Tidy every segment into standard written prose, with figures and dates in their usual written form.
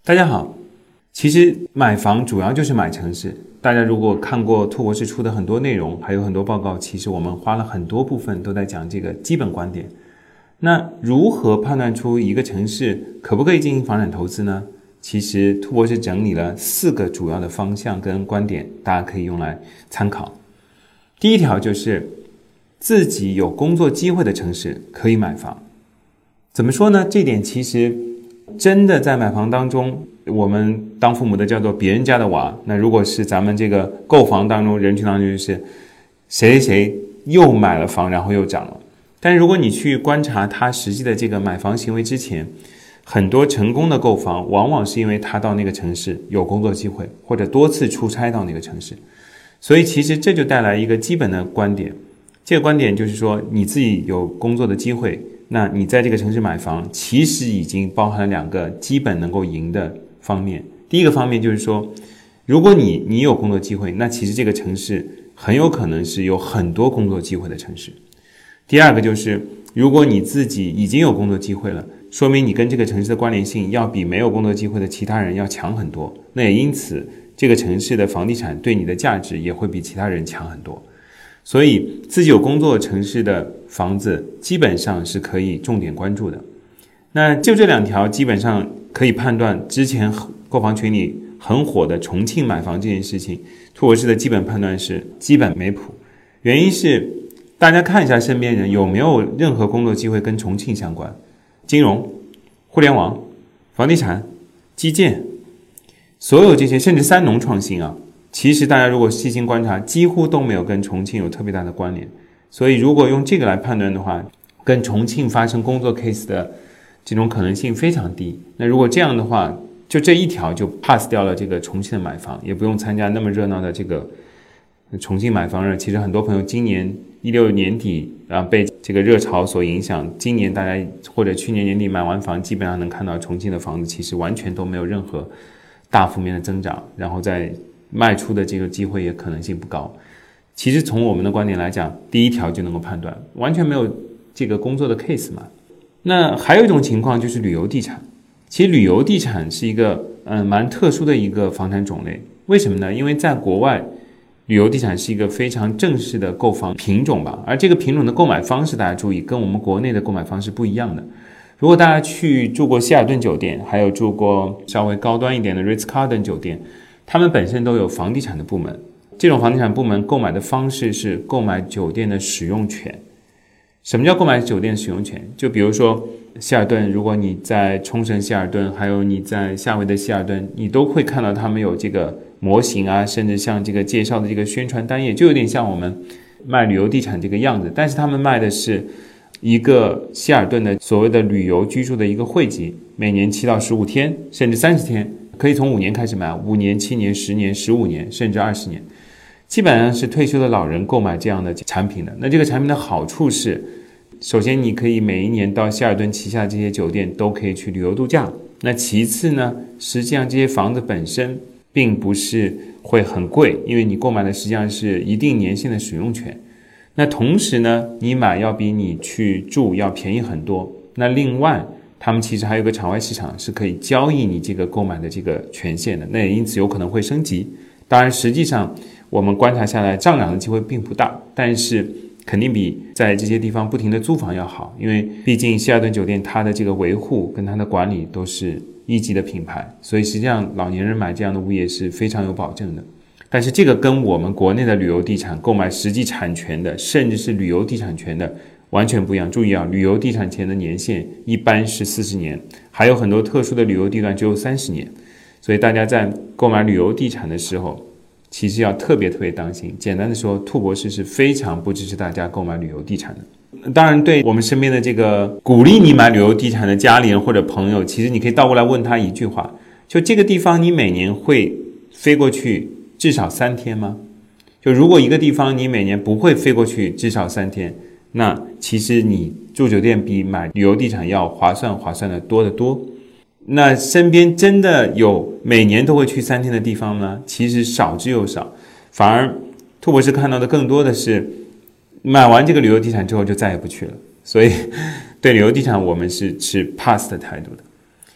大家好，其实买房主要就是买城市。大家如果看过兔博士出的很多内容，还有很多报告，其实我们花了很多部分都在讲这个基本观点。那如何判断出一个城市可不可以进行房产投资呢？其实兔博士整理了4个主要的方向跟观点，大家可以用来参考。第一条就是自己有工作机会的城市可以买房。怎么说呢？这点其实真的在买房当中，我们当父母的叫做别人家的娃。那如果是咱们这个购房当中人群当中，就是谁谁谁又买了房然后又涨了。但是如果你去观察他实际的这个买房行为之前，很多成功的购房往往是因为他到那个城市有工作机会，或者多次出差到那个城市。所以其实这就带来一个基本的观点，这个观点就是说你自己有工作的机会，那你在这个城市买房其实已经包含了2个基本能够赢的方面。第一个方面就是说，如果你有工作机会，那其实这个城市很有可能是有很多工作机会的城市。第二个就是，如果你自己已经有工作机会了，说明你跟这个城市的关联性要比没有工作机会的其他人要强很多，那也因此这个城市的房地产对你的价值也会比其他人强很多。所以自己有工作城市的房子基本上是可以重点关注的。那就这2条基本上可以判断之前购房群里很火的重庆买房这件事情，兔博士的基本判断是基本没谱。原因是大家看一下身边人有没有任何工作机会跟重庆相关，金融、互联网、房地产、基建，所有这些甚至3农创新啊，其实大家如果细心观察，几乎都没有跟重庆有特别大的关联。所以如果用这个来判断的话，跟重庆发生工作 case 的这种可能性非常低。那如果这样的话，就这一条就 pass 掉了这个重庆的买房，也不用参加那么热闹的这个重庆买房日。其实很多朋友今年16年底被这个热潮所影响，今年大家或者去年年底买完房，基本上能看到重庆的房子其实完全都没有任何大幅面的增长，然后在卖出的这个机会也可能性不高。其实从我们的观点来讲，第一条就能够判断完全没有这个工作的 case 嘛。那还有一种情况就是旅游地产。其实旅游地产是一个蛮特殊的一个房产种类。为什么呢？因为在国外旅游地产是一个非常正式的购房品种吧，而这个品种的购买方式大家注意跟我们国内的购买方式不一样的。如果大家去住过希尔顿酒店，还有住过稍微高端一点的 Ritz-Carlton 酒店，他们本身都有房地产的部门。这种房地产部门购买的方式是购买酒店的使用权。什么叫购买酒店的使用权？就比如说希尔顿，如果你在冲绳希尔顿，还有你在夏威夷的希尔顿，你都会看到他们有这个模型啊，甚至像这个介绍的这个宣传单页，就有点像我们卖旅游地产这个样子。但是他们卖的是一个希尔顿的所谓的旅游居住的一个汇集，每年7到15天，甚至30天，可以从5年开始买，5年、7年、10年、15年，甚至20年。基本上是退休的老人购买这样的产品的。那这个产品的好处是，首先你可以每一年到希尔顿旗下这些酒店都可以去旅游度假。那其次呢，实际上这些房子本身并不是会很贵，因为你购买的实际上是一定年限的使用权。那同时呢，你买要比你去住要便宜很多。那另外他们其实还有个场外市场是可以交易你这个购买的这个权限的，那也因此有可能会升级。当然实际上我们观察下来上涨的机会并不大，但是肯定比在这些地方不停的租房要好，因为毕竟希尔顿酒店它的这个维护跟它的管理都是一级的品牌，所以实际上老年人买这样的物业是非常有保证的。但是这个跟我们国内的旅游地产购买实际产权的，甚至是旅游地产权的完全不一样。注意啊，旅游地产权的年限一般是40年，还有很多特殊的旅游地段只有30年。所以大家在购买旅游地产的时候，其实要特别当心。简单的说，兔博士是非常不支持大家购买旅游地产的。当然对我们身边的这个鼓励你买旅游地产的家里人或者朋友，其实你可以倒过来问他一句话，就这个地方你每年会飞过去至少3天吗？就如果一个地方你每年不会飞过去至少3天，那其实你住酒店比买旅游地产要划算的多得多。那身边真的有每年都会去3天的地方呢？其实少之又少，反而兔博士看到的更多的是买完这个旅游地产之后就再也不去了。所以对旅游地产我们是持 pass 的态度的。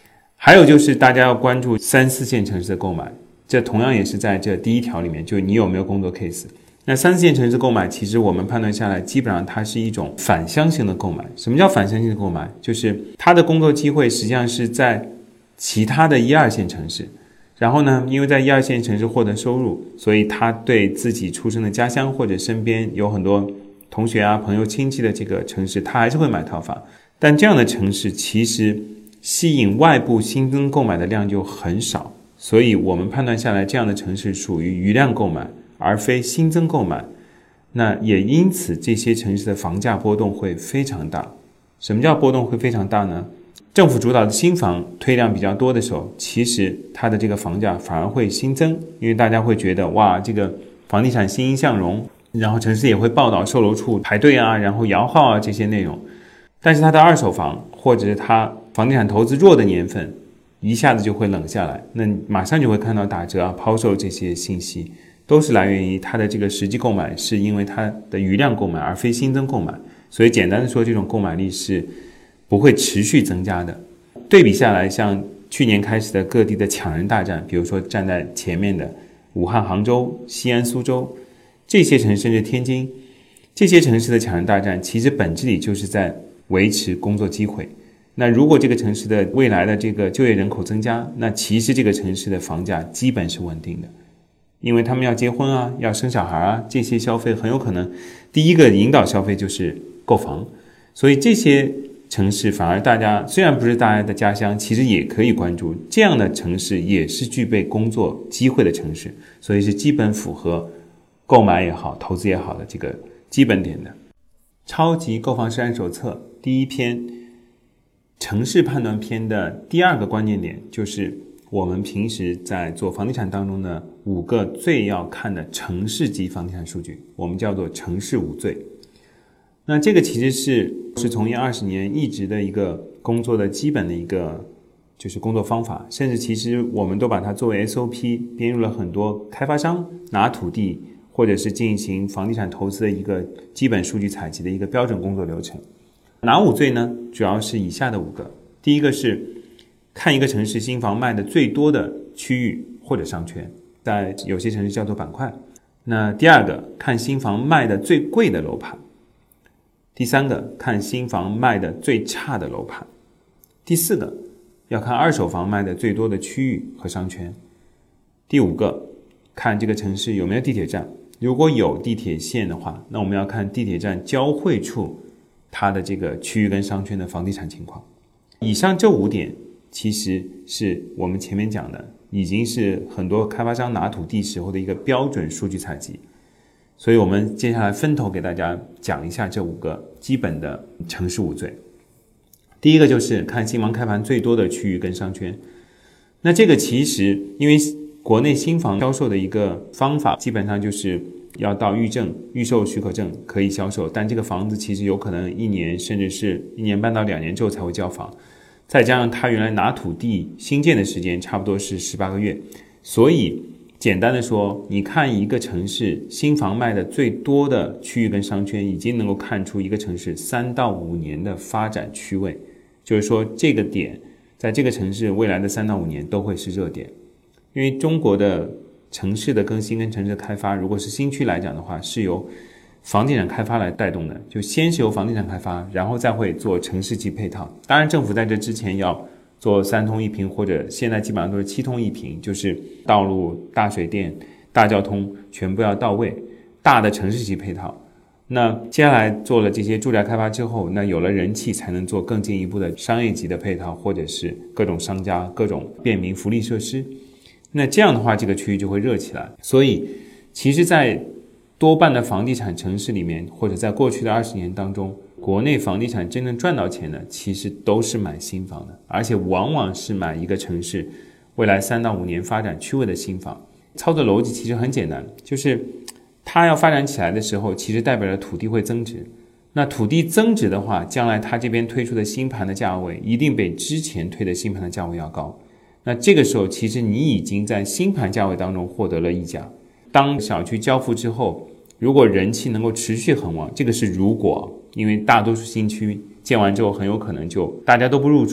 还有就是大家要关注3、4线城市的购买，这同样也是在这第一条里面，就你有没有工作 case。那3、4线城市购买，其实我们判断下来，基本上它是一种返乡型的购买。什么叫返乡型的购买？就是他的工作机会实际上是在其他的1、2线城市，然后呢，因为在1、2线城市获得收入，所以他对自己出生的家乡或者身边有很多同学啊、朋友、亲戚的这个城市，他还是会买套房。但这样的城市其实吸引外部新增购买的量就很少，所以我们判断下来，这样的城市属于余量购买，而非新增购买。那也因此这些城市的房价波动会非常大。什么叫波动会非常大呢？政府主导的新房推量比较多的时候，其实它的这个房价反而会新增，因为大家会觉得哇，这个房地产欣欣向荣，然后城市也会报道售楼处排队啊，然后摇号啊这些内容。但是它的二手房或者是它房地产投资弱的年份，一下子就会冷下来，那马上就会看到打折啊、抛售这些信息，都是来源于它的这个实际购买是因为它的余量购买而非新增购买。所以简单的说，这种购买力是不会持续增加的。对比下来，像去年开始的各地的抢人大战，比如说站在前面的武汉、杭州、西安、苏州这些城市，甚至天津这些城市的抢人大战，其实本质里就是在维持工作机会。那如果这个城市的未来的这个就业人口增加，那其实这个城市的房价基本是稳定的，因为他们要结婚啊，要生小孩啊，这些消费很有可能第一个引导消费就是购房。所以这些城市反而大家虽然不是大家的家乡，其实也可以关注，这样的城市也是具备工作机会的城市，所以是基本符合购买也好、投资也好的这个基本点的。超级购房实战手册第一篇城市判断篇的第2个关键点，就是我们平时在做房地产当中的5个最要看的城市级房地产数据，我们叫做城市5最。那这个其实是从业20年一直的一个工作的基本的一个就是工作方法，甚至其实我们都把它作为 SOP 编入了很多开发商拿土地或者是进行房地产投资的一个基本数据采集的一个标准工作流程。哪5最呢？主要是以下的5个。第一个是看一个城市新房卖的最多的区域或者商圈，在有些城市叫做板块。那第2个看新房卖的最贵的楼盘。第3个看新房卖的最差的楼盘。第4个要看二手房卖的最多的区域和商圈。第5个看这个城市有没有地铁站，如果有地铁线的话，那我们要看地铁站交汇处它的这个区域跟商圈的房地产情况。以上这5点其实是我们前面讲的，已经是很多开发商拿土地时候的一个标准数据采集。所以我们接下来分头给大家讲一下这5个基本的城市5最。第一个就是看新房开盘最多的区域跟商圈。那这个其实因为国内新房销售的一个方法基本上就是要到预证、预售许可证可以销售，但这个房子其实有可能1年甚至是1年半到2年之后才会交房，再加上他原来拿土地新建的时间差不多是18个月，所以简单的说，你看一个城市新房卖的最多的区域跟商圈，已经能够看出一个城市3到5年的发展区位，就是说这个点在这个城市未来的3到5年都会是热点。因为中国的城市的更新跟城市的开发，如果是新区来讲的话，是由房地产开发来带动的，就先是由房地产开发，然后再会做城市级配套。当然政府在这之前要做3通1平，或者现在基本上都是7通1平，就是道路、大水电、大交通全部要到位，大的城市级配套。那接下来做了这些住宅开发之后，那有了人气才能做更进一步的商业级的配套，或者是各种商家、各种便民福利设施。那这样的话，这个区域就会热起来。所以其实在多半的房地产城市里面，或者在过去的20年当中，国内房地产真正赚到钱的其实都是买新房的，而且往往是买一个城市未来3到5年发展区位的新房。操作逻辑其实很简单，就是它要发展起来的时候，其实代表着土地会增值。那土地增值的话，将来它这边推出的新盘的价位一定比之前推的新盘的价位要高。那这个时候其实你已经在新盘价位当中获得了溢价。当小区交付之后，如果人气能够持续很旺，这个是如果，因为大多数新区建完之后很有可能就大家都不入住，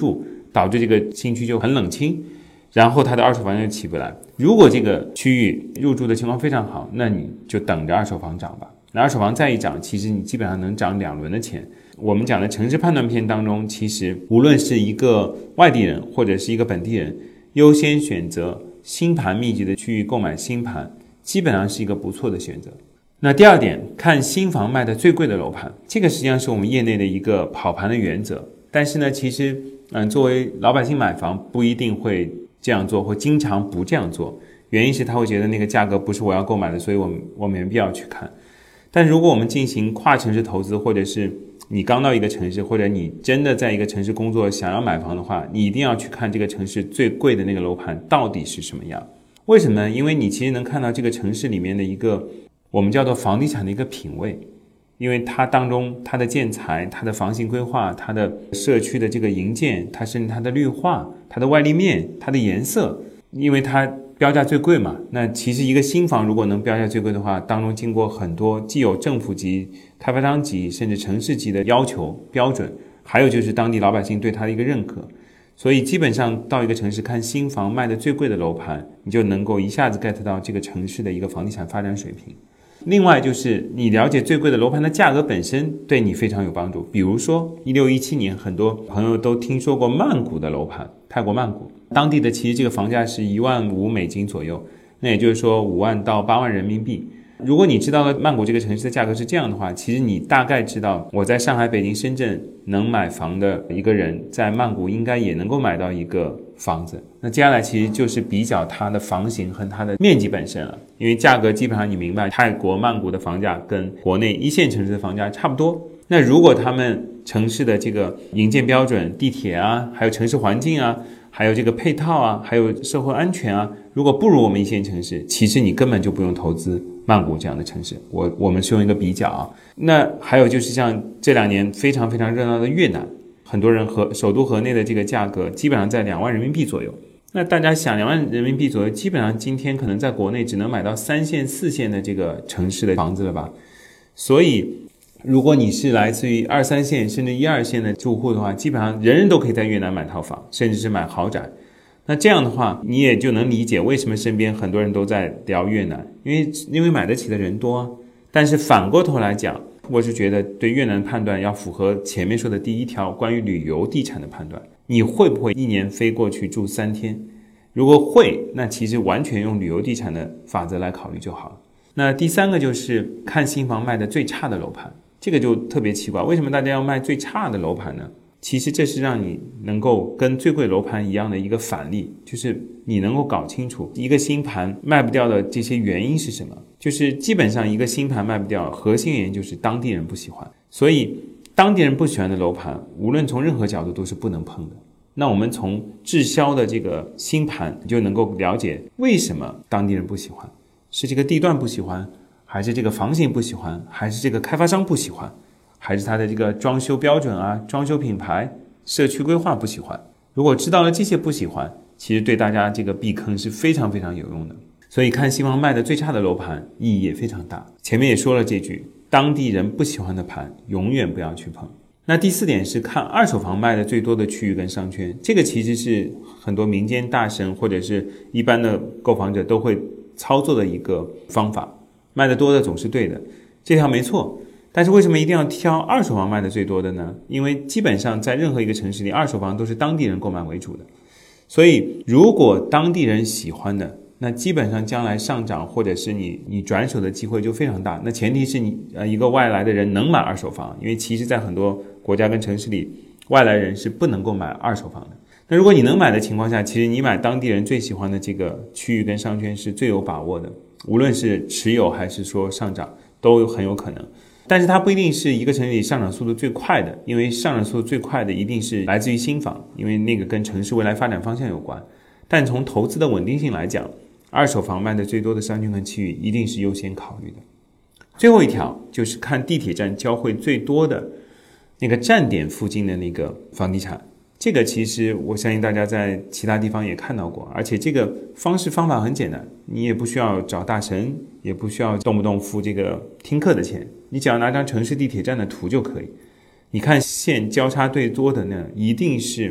导致这个新区就很冷清，然后它的二手房就起不来。如果这个区域入住的情况非常好，那你就等着二手房涨吧。那二手房再一涨，其实你基本上能涨2轮的钱。我们讲的城市判断篇当中，其实无论是一个外地人或者是一个本地人，优先选择新盘密集的区域购买新盘，基本上是一个不错的选择。那第二点，看新房卖的最贵的楼盘，这个实际上是我们业内的一个跑盘的原则。但是呢，其实作为老百姓买房不一定会这样做，或经常不这样做。原因是他会觉得那个价格不是我要购买的，所以我没必要去看。但如果我们进行跨城市投资，或者是你刚到一个城市，或者你真的在一个城市工作想要买房的话，你一定要去看这个城市最贵的那个楼盘到底是什么样。为什么呢？因为你其实能看到这个城市里面的一个我们叫做房地产的一个品位，因为它当中它的建材、它的房型规划、它的社区的这个营建，它甚至它的绿化、它的外立面、它的颜色，因为它标价最贵嘛。那其实一个新房如果能标价最贵的话，当中经过很多既有政府级、开发商级甚至城市级的要求标准，还有就是当地老百姓对它的一个认可。所以基本上到一个城市看新房卖的最贵的楼盘，你就能够一下子 get 到这个城市的一个房地产发展水平。另外就是你了解最贵的楼盘的价格本身对你非常有帮助。比如说16、17年很多朋友都听说过曼谷的楼盘，泰国曼谷当地的其实这个房价是$15,000左右，那也就是说5万到8万人民币。如果你知道了曼谷这个城市的价格是这样的话，其实你大概知道我在上海、北京、深圳能买房的一个人在曼谷应该也能够买到一个房子。那接下来其实就是比较它的房型和它的面积本身了，因为价格基本上你明白，泰国曼谷的房价跟国内一线城市的房价差不多。那如果他们城市的这个营建标准、地铁啊，还有城市环境啊，还有这个配套啊，还有社会安全啊，如果不如我们一线城市，其实你根本就不用投资曼谷这样的城市。我们是用一个比较啊。那还有就是像这2年非常非常热闹的越南，很多人首都河内的这个价格基本上在2万人民币左右。那大家想2万人民币左右，基本上今天可能在国内只能买到3线、4线的这个城市的房子了吧。所以如果你是来自于2、3线甚至1、2线的住户的话，基本上人人都可以在越南买套房，甚至是买豪宅。那这样的话，你也就能理解为什么身边很多人都在聊越南，因为买得起的人多啊。但是反过头来讲，我是觉得对越南判断要符合前面说的第一条关于旅游地产的判断，你会不会1年飞过去住3天？如果会，那其实完全用旅游地产的法则来考虑就好了。那第3个就是看新房卖的最差的楼盘，这个就特别奇怪，为什么大家要卖最差的楼盘呢？其实这是让你能够跟最贵楼盘一样的一个反例，就是你能够搞清楚一个新盘卖不掉的这些原因是什么。就是基本上一个新盘卖不掉，核心原因就是当地人不喜欢，所以当地人不喜欢的楼盘，无论从任何角度都是不能碰的。那我们从滞销的这个新盘就能够了解为什么当地人不喜欢，是这个地段不喜欢，还是这个房型不喜欢，还是这个开发商不喜欢，还是它的这个装修标准啊、装修品牌、社区规划不喜欢。如果知道了这些不喜欢，其实对大家这个避坑是非常非常有用的。所以看新房卖的最差的楼盘意义也非常大。前面也说了这句，当地人不喜欢的盘永远不要去碰。那第4点是看二手房卖的最多的区域跟商圈，这个其实是很多民间大神或者是一般的购房者都会操作的一个方法，卖的多的总是对的，这条没错。但是为什么一定要挑二手房卖的最多的呢？因为基本上在任何一个城市里，二手房都是当地人购买为主的，所以如果当地人喜欢的，那基本上将来上涨或者是你转手的机会就非常大。那前提是你一个外来的人能买二手房，因为其实在很多国家跟城市里，外来人是不能够买二手房的。那如果你能买的情况下，其实你买当地人最喜欢的这个区域跟商圈是最有把握的，无论是持有还是说上涨都很有可能。但是它不一定是一个城市里上涨速度最快的，因为上涨速度最快的一定是来自于新房，因为那个跟城市未来发展方向有关。但从投资的稳定性来讲，二手房卖的最多的商圈和区域一定是优先考虑的。最后一条就是看地铁站交汇最多的那个站点附近的那个房地产，这个其实我相信大家在其他地方也看到过，而且这个方法很简单，你也不需要找大神，也不需要动不动付这个听课的钱，你只要拿张城市地铁站的图就可以。你看线交叉最多的呢，一定是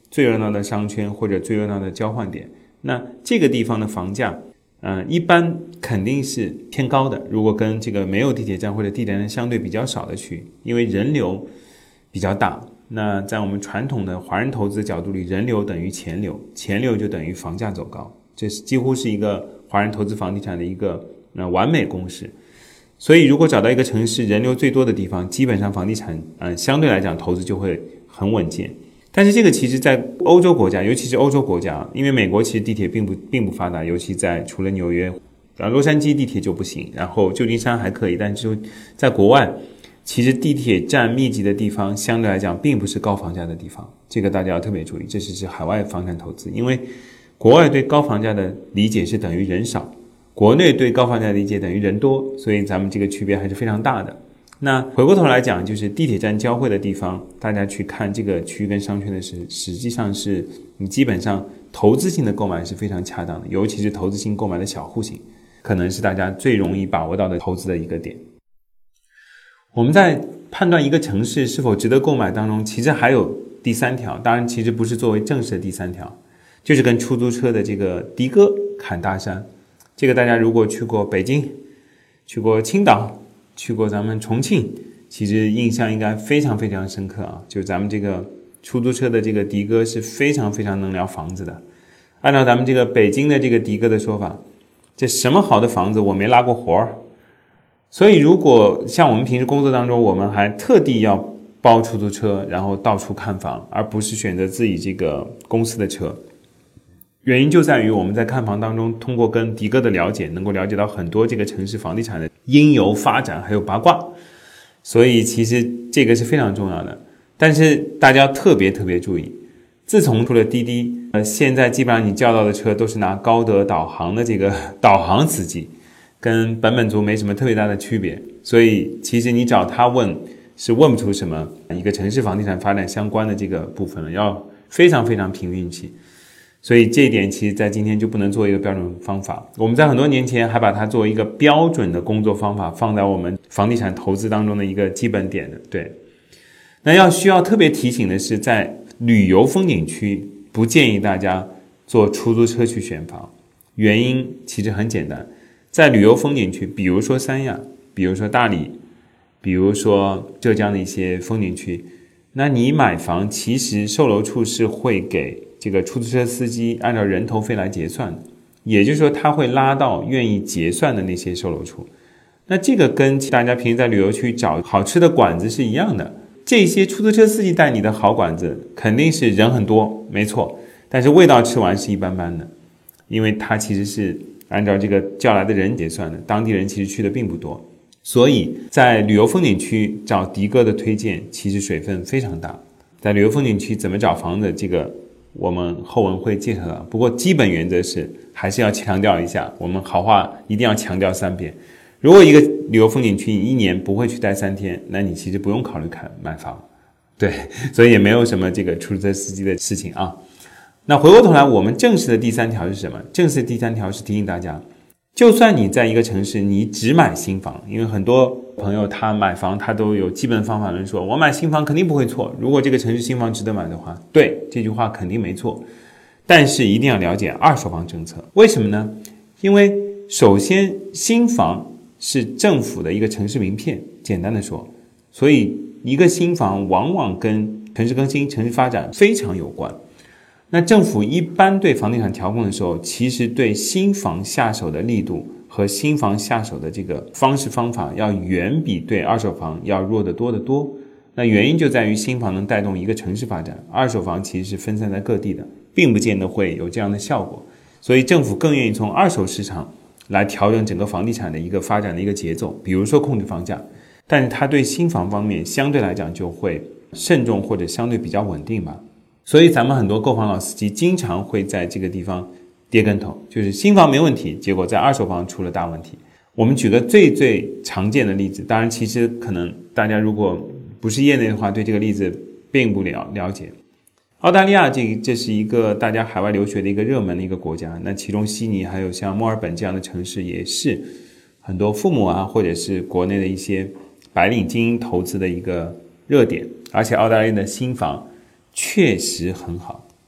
最热闹的商圈或者最热闹的交换点。那这个地方的房价一般肯定是偏高的，如果跟这个没有地铁站或者地铁站相对比较少的区域，因为人流比较大。那在我们传统的华人投资角度里，人流等于钱流，钱流就等于房价走高，这是几乎是一个华人投资房地产的一个完美公式。所以如果找到一个城市人流最多的地方，基本上房地产相对来讲投资就会很稳健。但是这个其实在欧洲国家，尤其是欧洲国家，因为美国其实地铁并不发达，尤其在除了纽约洛杉矶地铁就不行，然后旧金山还可以，但是在国外其实地铁站密集的地方相对来讲并不是高房价的地方，这个大家要特别注意，这是指海外房产投资。因为国外对高房价的理解是等于人少，国内对高房价的理解等于人多，所以咱们这个区别还是非常大的。那回过头来讲，就是地铁站交汇的地方，大家去看这个区域跟商圈的实际上是你基本上投资性的购买是非常恰当的，尤其是投资性购买的小户型，可能是大家最容易把握到的投资的一个点。我们在判断一个城市是否值得购买当中，其实还有第三条，当然其实不是作为正式的第三条，就是跟出租车的这个的哥侃大山。这个大家如果去过北京，去过青岛，去过咱们重庆，其实印象应该非常非常深刻啊！就咱们这个出租车的这个的哥是非常非常能聊房子的。按照咱们这个北京的这个的哥的说法，这什么好的房子我没拉过活儿。所以如果像我们平时工作当中，我们还特地要包出租车，然后到处看房，而不是选择自己这个公司的车，原因就在于我们在看房当中，通过跟的哥的了解，能够了解到很多这个城市房地产的因由发展还有八卦，所以其实这个是非常重要的。但是大家要特别注意，自从出了滴滴，现在基本上你叫到的车都是拿高德导航的这个导航司机，跟本族没什么特别大的区别，所以其实你找他问是问不出什么一个城市房地产发展相关的这个部分了，要非常凭运气。所以这一点其实在今天就不能做一个标准方法，我们在很多年前还把它作为一个标准的工作方法放在我们房地产投资当中的一个基本点的。对，那需要特别提醒的是，在旅游风景区不建议大家坐出租车去选房，原因其实很简单，在旅游风景区，比如说三亚，比如说大理，比如说浙江的一些风景区，那你买房其实售楼处是会给这个出租车司机按照人头费来结算的，也就是说他会拉到愿意结算的那些售楼处。那这个跟大家平时在旅游区找好吃的馆子是一样的，这些出租车司机带你的好馆子肯定是人很多，没错，但是味道吃完是一般般的，因为它其实是按照这个叫来的人结算的，当地人其实去的并不多。所以在旅游风景区找的哥的推荐其实水分非常大。在旅游风景区怎么找房子，这个我们后文会介绍到，不过基本原则是还是要强调一下，我们好话一定要强调3遍。如果一个旅游风景区你1年不会去待3天，那你其实不用考虑买房，对，所以也没有什么这个出租车司机的事情啊。那回过头来，我们正式的第3条是什么？正式的第3条是提醒大家，就算你在一个城市你只买新房，因为很多朋友他买房他都有基本方法论说，我买新房肯定不会错，如果这个城市新房值得买的话，对，这句话肯定没错，但是一定要了解二手房政策。为什么呢？因为首先新房是政府的一个城市名片，简单的说，所以一个新房往往跟城市更新、城市发展非常有关。那政府一般对房地产调控的时候，其实对新房下手的力度和新房下手的这个方式方法要远比对二手房要弱得多得多。那原因就在于新房能带动一个城市发展，二手房其实是分散在各地的，并不见得会有这样的效果。所以政府更愿意从二手市场来调整整个房地产的一个发展的一个节奏，比如说控制房价，但是它对新房方面相对来讲就会慎重或者相对比较稳定吧。所以咱们很多购房老司机经常会在这个地方跌跟头，就是新房没问题，结果在二手房出了大问题。我们举个最常见的例子，当然其实可能大家如果不是业内的话，对这个例子并不了解。澳大利亚这是一个大家海外留学的一个热门的一个国家，那其中悉尼还有像墨尔本这样的城市也是很多父母啊或者是国内的一些白领精英投资的一个热点，而且澳大利亚的新房确实很好，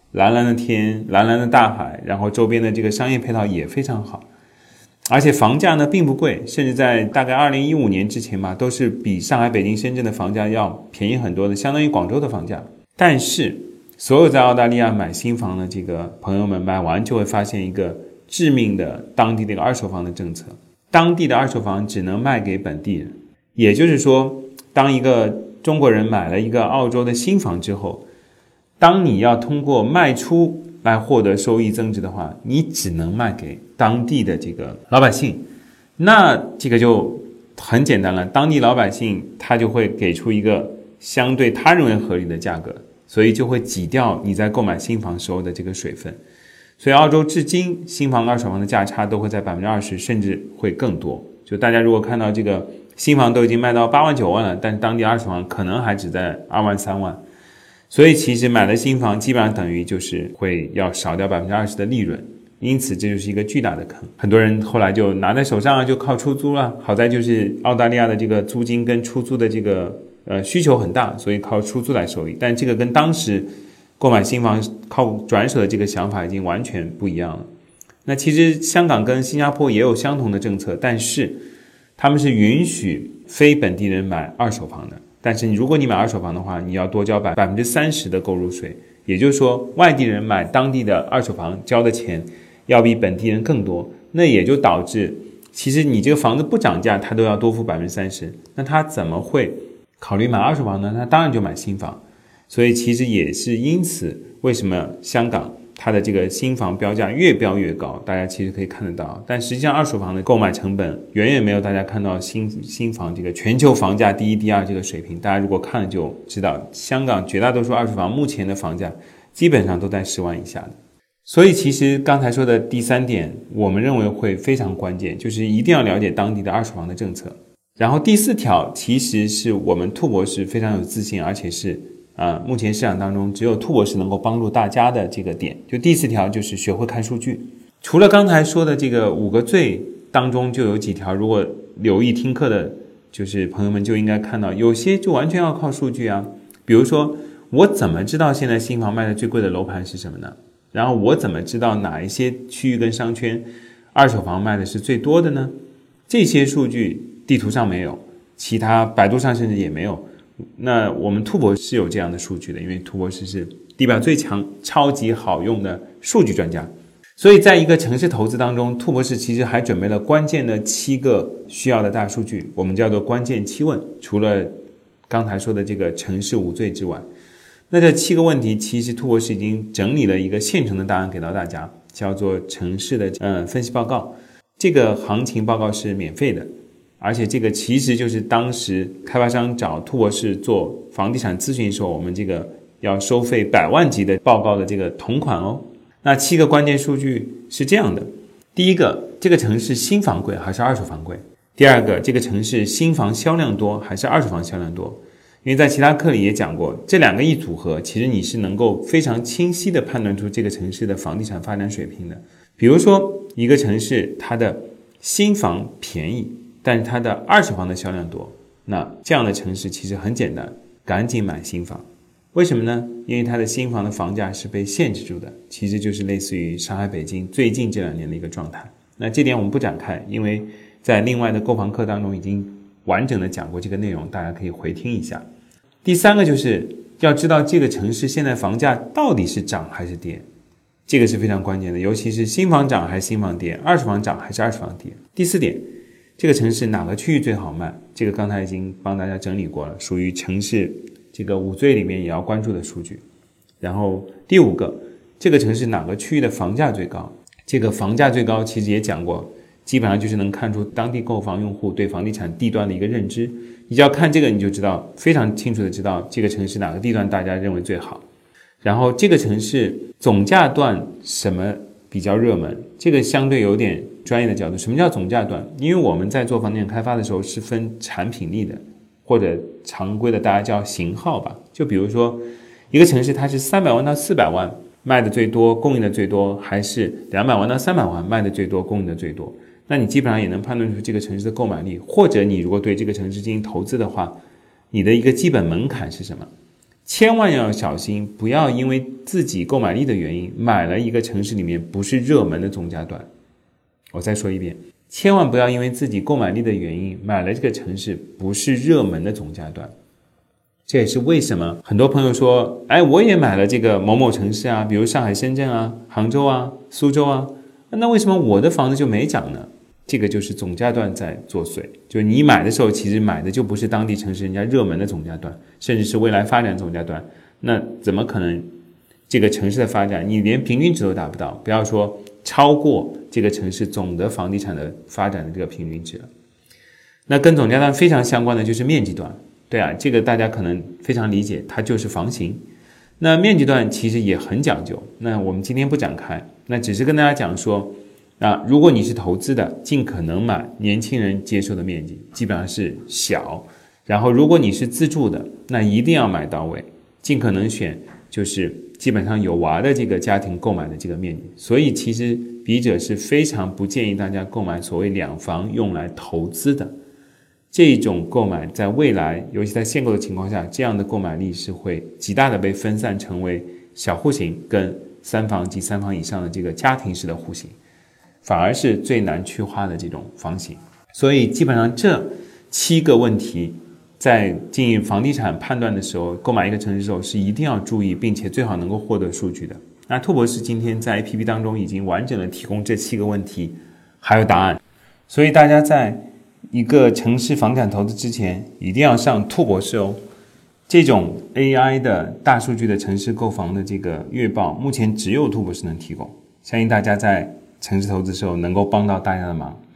蓝蓝的天，蓝蓝的大海，然后周边的这个商业配套也非常好，而且房价呢并不贵，甚至在大概2015年之前吧，都是比上海、北京、深圳的房价要便宜很多的，相当于广州的房价。但是所有在澳大利亚买新房的这个朋友们，买完就会发现一个致命的当地的一个二手房的政策，当地的二手房只能卖给本地人。也就是说，当一个中国人买了一个澳洲的新房之后，当你要通过卖出来获得收益增值的话，你只能卖给当地的这个老百姓。那这个就很简单了，当地老百姓他就会给出一个相对他认为合理的价格，所以就会挤掉你在购买新房时候的这个水分。所以澳洲至今新房二手房的价差都会在 20%， 甚至会更多。就大家如果看到这个新房都已经卖到8万9万了，但是当地二手房可能还只在2万3万，所以其实买了新房基本上等于就是会要少掉 20% 的利润，因此这就是一个巨大的坑。很多人后来就拿在手上就靠出租了，好在就是澳大利亚的这个租金跟出租的这个需求很大，所以靠出租来收益，但这个跟当时购买新房靠转手的这个想法已经完全不一样了。那其实香港跟新加坡也有相同的政策，但是他们是允许非本地人买二手房的，但是如果你买二手房的话，你要多交 30% 的购入税，也就是说外地人买当地的二手房交的钱要比本地人更多，那也就导致其实你这个房子不涨价他都要多付 30%， 那他怎么会考虑买二手房呢？他当然就买新房。所以其实也是因此为什么香港它的这个新房标价越标越高，大家其实可以看得到，但实际上二手房的购买成本远远没有大家看到新房这个全球房价第一第二这个水平。大家如果看了就知道，香港绝大多数二手房目前的房价基本上都在10万以下的。所以其实刚才说的第3点我们认为会非常关键，就是一定要了解当地的二手房的政策。然后第4条其实是我们兔博士非常有自信，而且是目前市场当中只有兔博士能够帮助大家的这个点，就第4条就是学会看数据。除了刚才说的这个5个罪当中，就有几条如果留意听课的就是朋友们就应该看到，有些就完全要靠数据啊。比如说我怎么知道现在新房卖的最贵的楼盘是什么呢？然后我怎么知道哪一些区域跟商圈二手房卖的是最多的呢？这些数据地图上没有，其他百度上甚至也没有。那我们兔博士是有这样的数据的，因为兔博士是地表最强超级好用的数据专家。所以在一个城市投资当中，兔博士其实还准备了关键的7个需要的大数据，我们叫做关键7问。除了刚才说的这个城市5罪之外，那这7个问题其实兔博士已经整理了一个现成的答案给到大家，叫做城市的分析报告。这个行情报告是免费的，而且这个其实就是当时开发商找兔博士做房地产咨询的时候，我们这个要收费100万级的报告的这个同款哦。那7个关键数据是这样的：第一个，这个城市新房贵还是二手房贵？第二个，这个城市新房销量多还是二手房销量多？因为在其他课里也讲过，这2个一组合，其实你是能够非常清晰的判断出这个城市的房地产发展水平的。比如说一个城市它的新房便宜，但是它的二手房的销量多，那这样的城市其实很简单，赶紧买新房。为什么呢？因为它的新房的房价是被限制住的，其实就是类似于上海、北京最近这2年的一个状态。那这点我们不展开，因为在另外的购房课当中已经完整的讲过这个内容，大家可以回听一下。第3个就是要知道这个城市现在房价到底是涨还是跌，这个是非常关键的，尤其是新房涨还是新房跌，二手房涨还是二手房跌。第4点，这个城市哪个区域最好卖，这个刚才已经帮大家整理过了，属于城市这个5罪里面也要关注的数据。然后第5个，这个城市哪个区域的房价最高，这个房价最高其实也讲过，基本上就是能看出当地购房用户对房地产地段的一个认知。你只要看这个，你就知道非常清楚的知道这个城市哪个地段大家认为最好。然后这个城市总价段什么比较热门，这个相对有点专业的角度。什么叫总价段？因为我们在做房地产开发的时候是分产品力的，或者常规的大家叫型号吧。就比如说一个城市它是300万到400万卖的最多供应的最多，还是200万到300万卖的最多供应的最多，那你基本上也能判断出这个城市的购买力，或者你如果对这个城市进行投资的话，你的一个基本门槛是什么。 千万要小心，不要因为自己购买力的原因买了一个城市里面不是热门的总价段。我再说一遍，千万不要因为自己购买力的原因买了这个城市不是热门的总价段。这也是为什么很多朋友说，我也买了这个某某城市啊，比如上海、深圳啊、杭州啊、苏州啊，那为什么我的房子就没涨呢？这个就是总价段在作祟，就是你买的时候其实买的就不是当地城市人家热门的总价段，甚至是未来发展总价段，那怎么可能这个城市的发展你连平均值都达不到，不要说超过这个城市总的房地产的发展的这个平均值了。那跟总价段非常相关的就是面积段，对啊，这个大家可能非常理解，它就是房型。那面积段其实也很讲究，那我们今天不展开，那只是跟大家讲说，如果你是投资的，尽可能买年轻人接受的面积，基本上是小。然后如果你是自住的，那一定要买到位，尽可能选就是基本上有娃的这个家庭购买的这个面积。所以其实笔者是非常不建议大家购买所谓两房用来投资的。这种购买在未来，尤其在限购的情况下，这样的购买力是会极大的被分散成为小户型跟三房及三房以上的这个家庭式的户型，反而是最难去化的这种房型。所以基本上这7个问题，在进行房地产判断的时候，购买一个城市的时候是一定要注意，并且最好能够获得数据的。那兔博士今天在 APP 当中已经完整的提供这7个问题还有答案，所以大家在一个城市房产投资之前一定要上兔博士哦。这种 AI 的大数据的城市购房的这个月报，目前只有兔博士能提供，相信大家在城市投资的时候能够帮到大家的忙。